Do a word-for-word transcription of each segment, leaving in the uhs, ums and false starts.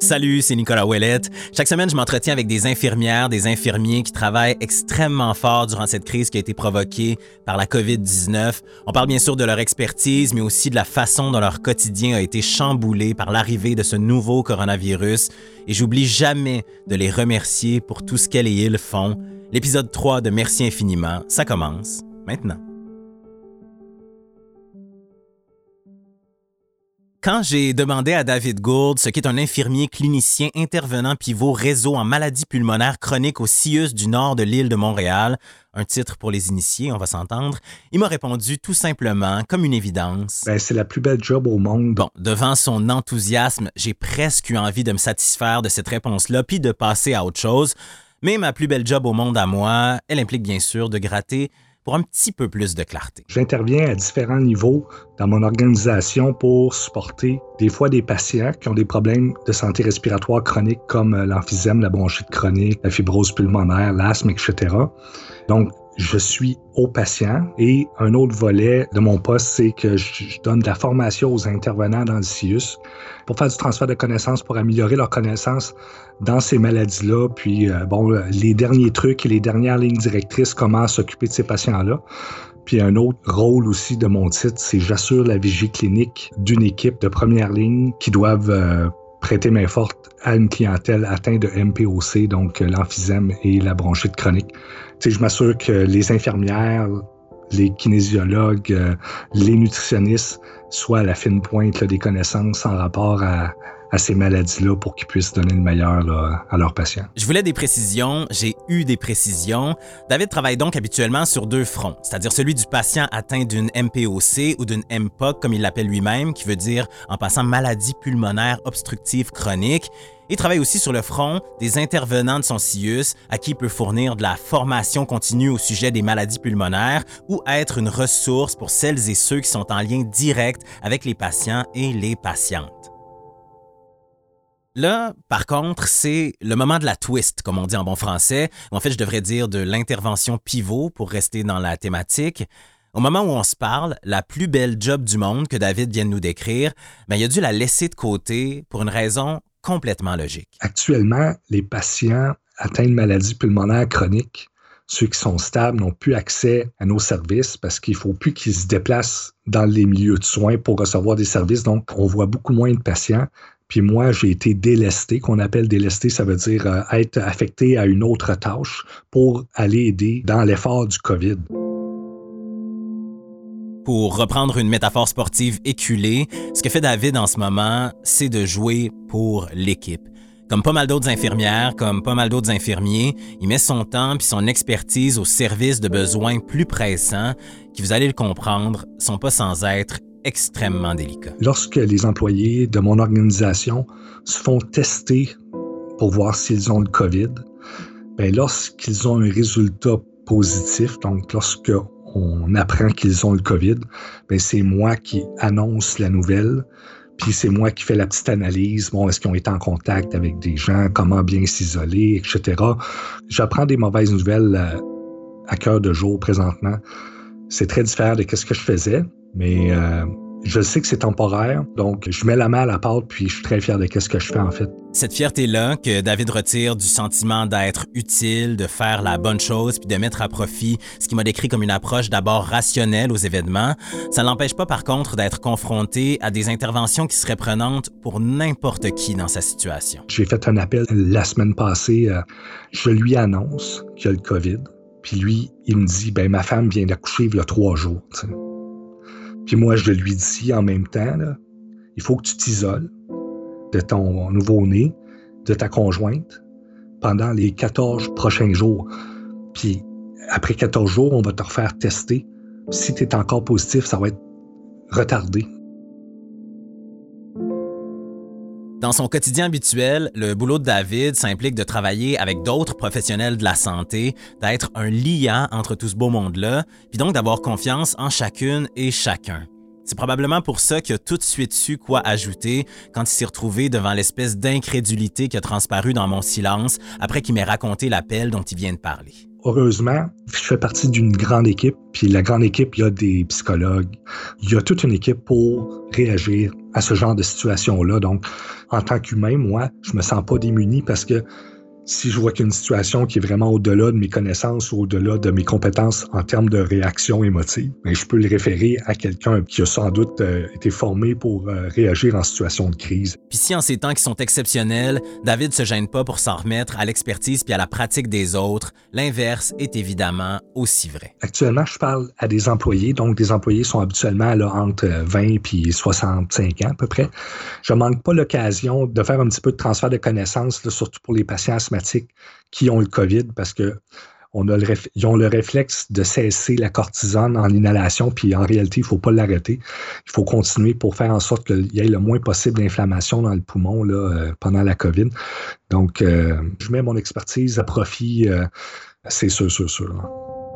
Salut, c'est Nicolas Ouellette. Chaque semaine, je m'entretiens avec des infirmières, des infirmiers qui travaillent extrêmement fort durant cette crise qui a été provoquée par la covid dix-neuf. On parle bien sûr de leur expertise, mais aussi de la façon dont leur quotidien a été chamboulé par l'arrivée de ce nouveau coronavirus. Et j'oublie jamais de les remercier pour tout ce qu'elles et ils font. L'épisode trois de Merci infiniment, ça commence maintenant. Quand j'ai demandé à David Gould, ce qu'est un infirmier clinicien intervenant pivot réseau en maladies pulmonaires chroniques au C I U S du nord de l'île de Montréal, un titre pour les initiés, on va s'entendre, il m'a répondu tout simplement, comme une évidence. Ben, c'est la plus belle job au monde. Bon, devant son enthousiasme, j'ai presque eu envie de me satisfaire de cette réponse-là puis de passer à autre chose. Mais ma plus belle job au monde à moi, elle implique bien sûr de gratter pour un petit peu plus de clarté. J'interviens à différents niveaux dans mon organisation pour supporter des fois des patients qui ont des problèmes de santé respiratoire chronique comme l'emphysème, la bronchite chronique, la fibrose pulmonaire, l'asthme, et cetera. Donc, je suis aux patients et un autre volet de mon poste, c'est que je donne de la formation aux intervenants dans le C I U S pour faire du transfert de connaissances, pour améliorer leurs connaissances dans ces maladies-là. Puis, euh, bon, les derniers trucs et les dernières lignes directrices, comment s'occuper de ces patients-là. Puis un autre rôle aussi de mon titre, c'est j'assure la vigie clinique d'une équipe de première ligne qui doivent euh, prêter main forte à une clientèle atteinte de M P O C, donc l'emphysème et la bronchite chronique. Tu sais, je m'assure que les infirmières, les kinésiologues, euh, les nutritionnistes soient à la fine pointe là, des connaissances en rapport à, à ces maladies-là pour qu'ils puissent donner le meilleur là, à leurs patients. Je voulais des précisions, j'ai eu des précisions. David travaille donc habituellement sur deux fronts, c'est-à-dire celui du patient atteint d'une M P O C ou d'une M P O C, comme il l'appelle lui-même, qui veut dire, en passant, maladie pulmonaire obstructive chronique. Il travaille aussi sur le front des intervenants de son C I U S à qui il peut fournir de la formation continue au sujet des maladies pulmonaires ou être une ressource pour celles et ceux qui sont en lien direct avec les patients et les patientes. Là, par contre, c'est le moment de la twist, comme on dit en bon français. En fait, je devrais dire de l'intervention pivot pour rester dans la thématique. Au moment où on se parle, la plus belle job du monde que David vient de nous décrire, ben, il a dû la laisser de côté pour une raison complètement logique. Actuellement, les patients atteints de maladies pulmonaires chroniques, ceux qui sont stables, n'ont plus accès à nos services parce qu'il ne faut plus qu'ils se déplacent dans les milieux de soins pour recevoir des services. Donc, on voit beaucoup moins de patients. Puis moi, j'ai été délesté, qu'on appelle délesté, ça veut dire euh, être affecté à une autre tâche pour aller aider dans l'effort du COVID. Pour reprendre une métaphore sportive éculée, ce que fait David en ce moment, c'est de jouer pour l'équipe. Comme pas mal d'autres infirmières, comme pas mal d'autres infirmiers, il met son temps puis son expertise au service de besoins plus pressants qui, vous allez le comprendre, sont pas sans être extrêmement délicats. Lorsque les employés de mon organisation se font tester pour voir s'ils ont le COVID, bien, lorsqu'ils ont un résultat positif, donc lorsque on apprend qu'ils ont le COVID, bien, c'est moi qui annonce la nouvelle, puis c'est moi qui fais la petite analyse. Bon, est-ce qu'ils ont été en contact avec des gens, comment bien s'isoler, et cetera. J'apprends des mauvaises nouvelles à, à cœur de jour présentement. C'est très différent de ce que je faisais, mais euh, je sais que c'est temporaire, donc je mets la main à la pâte puis je suis très fier de ce que je fais en fait. Cette fierté-là que David retire du sentiment d'être utile, de faire la bonne chose puis de mettre à profit ce qu'il m'a décrit comme une approche d'abord rationnelle aux événements, ça ne l'empêche pas par contre d'être confronté à des interventions qui seraient prenantes pour n'importe qui dans sa situation. J'ai fait un appel la semaine passée, euh, je lui annonce qu'il y a le COVID, puis lui, il me dit, ben ma femme vient d'accoucher il y a trois jours, t'sais. Puis moi, je lui dis en même temps, là, il faut que tu t'isoles de ton nouveau-né, de ta conjointe, pendant les quatorze prochains jours. Puis après quatorze jours, on va te refaire tester. Si tu es encore positif, ça va être retardé. Dans son quotidien habituel, le boulot de David s'implique de travailler avec d'autres professionnels de la santé, d'être un liant entre tout ce beau monde-là, puis donc d'avoir confiance en chacune et chacun. C'est probablement pour ça qu'il a tout de suite su quoi ajouter quand il s'est retrouvé devant l'espèce d'incrédulité qui a transparu dans mon silence après qu'il m'ait raconté l'appel dont il vient de parler. heureusement, je fais partie d'une grande équipe, puis la grande équipe, il y a des psychologues, il y a toute une équipe pour réagir à ce genre de situation-là. Donc, en tant qu'humain, moi, je me sens pas démuni parce que si je vois qu'il y a une situation qui est vraiment au-delà de mes connaissances ou au-delà de mes compétences en termes de réaction émotive, bien, je peux le référer à quelqu'un qui a sans doute euh, été formé pour euh, réagir en situation de crise. Puis si en ces temps qui sont exceptionnels, David se gêne pas pour s'en remettre à l'expertise puis à la pratique des autres, l'inverse est évidemment aussi vrai. Actuellement, je parle à des employés, donc des employés sont habituellement là, entre vingt et soixante-cinq ans à peu près. Je manque pas l'occasion de faire un petit peu de transfert de connaissances, là, surtout pour les patients asthmatiques qui ont le COVID parce que on a le réf- ils ont le réflexe de cesser la cortisone en inhalation, puis en réalité, il ne faut pas l'arrêter. Il faut continuer pour faire en sorte qu'il y ait le moins possible d'inflammation dans le poumon là, euh, pendant la COVID. Donc, euh, je mets mon expertise à profit, euh, c'est sûr, sûr, sûr. Là.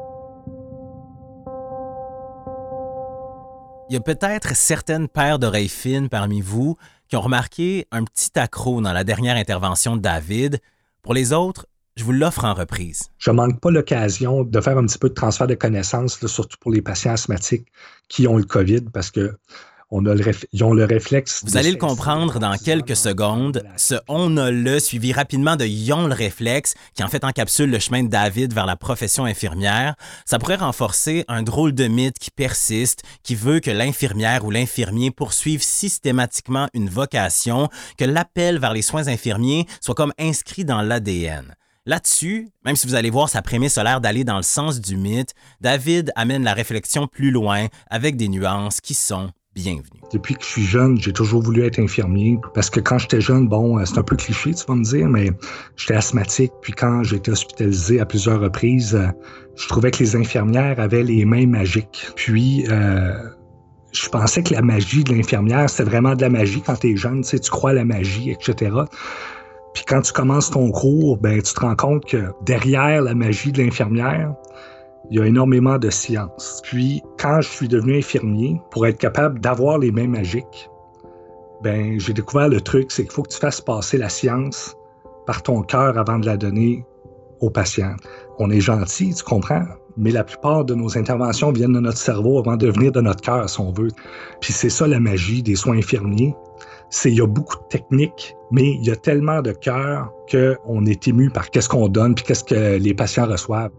Il y a peut-être certaines paires d'oreilles fines parmi vous qui ont remarqué un petit accroc dans la dernière intervention de David. Pour les autres, je vous l'offre en reprise. Je manque pas l'occasion de faire un petit peu de transfert de connaissances, là, surtout pour les patients asthmatiques qui ont le COVID, parce que on a le réf- ils ont le réflexe... Vous allez le comprendre dans quelques secondes. Ce « on a le » suivi rapidement de « ils ont le réflexe » qui en fait encapsule le chemin de David vers la profession infirmière. Ça pourrait renforcer un drôle de mythe qui persiste, qui veut que l'infirmière ou l'infirmier poursuive systématiquement une vocation, que l'appel vers les soins infirmiers soit comme inscrit dans l'A D N. Là-dessus, même si vous allez voir sa prémisse a l'air d'aller dans le sens du mythe, David amène la réflexion plus loin avec des nuances qui sont bienvenue. Depuis que je suis jeune, j'ai toujours voulu être infirmier parce que quand j'étais jeune, bon, c'est un peu cliché, tu vas me dire, mais j'étais asthmatique. Puis quand j'ai été hospitalisé à plusieurs reprises, je trouvais que les infirmières avaient les mains magiques. Puis, euh, je pensais que la magie de l'infirmière, c'était vraiment de la magie quand t'es jeune, tu sais, tu crois à la magie, et cetera. Puis quand tu commences ton cours, ben tu te rends compte que derrière la magie de l'infirmière, il y a énormément de science. Puis, quand je suis devenu infirmier, pour être capable d'avoir les mains magiques, ben, j'ai découvert le truc, c'est qu'il faut que tu fasses passer la science par ton cœur avant de la donner au patient. On est gentil, tu comprends? Mais la plupart de nos interventions viennent de notre cerveau avant de venir de notre cœur, si on veut. Puis c'est ça la magie des soins infirmiers. C'est, il y a beaucoup de techniques, mais il y a tellement de cœur qu'on est ému par qu'est-ce qu'on donne puis qu'est-ce que les patients reçoivent.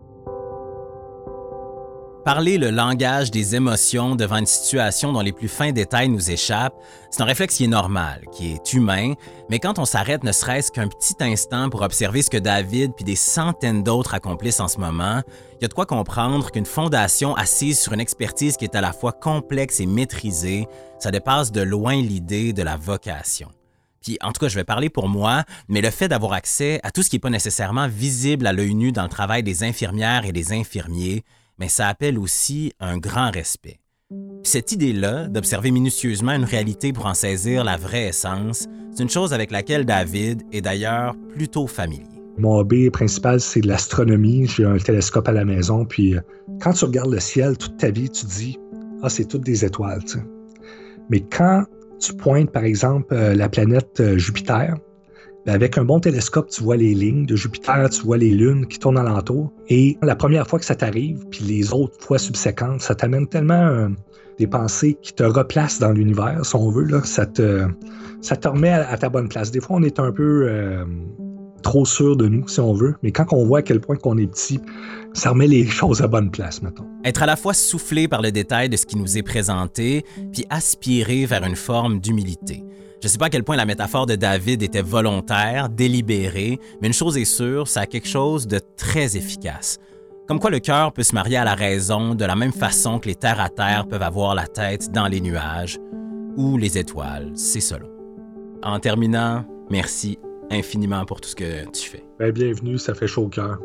Parler le langage des émotions devant une situation dont les plus fins détails nous échappent, c'est un réflexe qui est normal, qui est humain, mais quand on s'arrête ne serait-ce qu'un petit instant pour observer ce que David puis des centaines d'autres accomplissent en ce moment, il y a de quoi comprendre qu'une fondation assise sur une expertise qui est à la fois complexe et maîtrisée, ça dépasse de loin l'idée de la vocation. Puis, en tout cas, je vais parler pour moi, mais le fait d'avoir accès à tout ce qui n'est pas nécessairement visible à l'œil nu dans le travail des infirmières et des infirmiers, mais ça appelle aussi un grand respect. Puis cette idée-là, d'observer minutieusement une réalité pour en saisir la vraie essence, c'est une chose avec laquelle David est d'ailleurs plutôt familier. Mon hobby principal, c'est l'astronomie. J'ai un télescope à la maison, puis quand tu regardes le ciel toute ta vie, tu te dis « Ah, c'est toutes des étoiles. » tu sais. Mais quand tu pointes, par exemple, la planète Jupiter, avec un bon télescope, tu vois les lignes de Jupiter, tu vois les lunes qui tournent alentour. Et la première fois que ça t'arrive, puis les autres fois subséquentes, ça t'amène tellement euh, des pensées qui te replacent dans l'univers, si on veut. Là, ça, te, ça te remet à, à ta bonne place. Des fois, on est un peu euh, trop sûr de nous, si on veut. Mais quand on voit à quel point qu'on est petit, ça remet les choses à bonne place, mettons. Être à la fois soufflé par le détail de ce qui nous est présenté, puis aspirer vers une forme d'humilité. Je ne sais pas à quel point la métaphore de David était volontaire, délibérée, mais une chose est sûre, ça a quelque chose de très efficace. Comme quoi le cœur peut se marier à la raison de la même façon que les terre-à-terre peuvent avoir la tête dans les nuages, ou les étoiles, c'est selon. En terminant, merci infiniment pour tout ce que tu fais. Bien, bienvenue, ça fait chaud au cœur.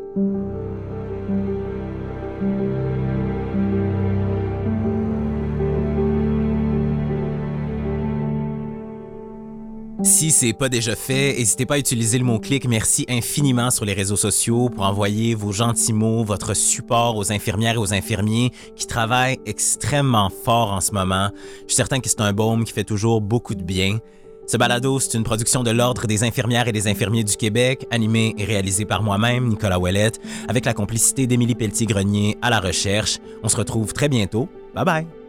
Si c'est pas déjà fait, n'hésitez pas à utiliser le mot-clic « Merci » infiniment sur les réseaux sociaux pour envoyer vos gentils mots, votre support aux infirmières et aux infirmiers qui travaillent extrêmement fort en ce moment. Je suis certain que c'est un baume qui fait toujours beaucoup de bien. Ce balado, c'est une production de l'Ordre des infirmières et des infirmiers du Québec, animée et réalisée par moi-même, Nicolas Ouellette, avec la complicité d'Émilie Pelletier-Grenier à la recherche. On se retrouve très bientôt. Bye bye!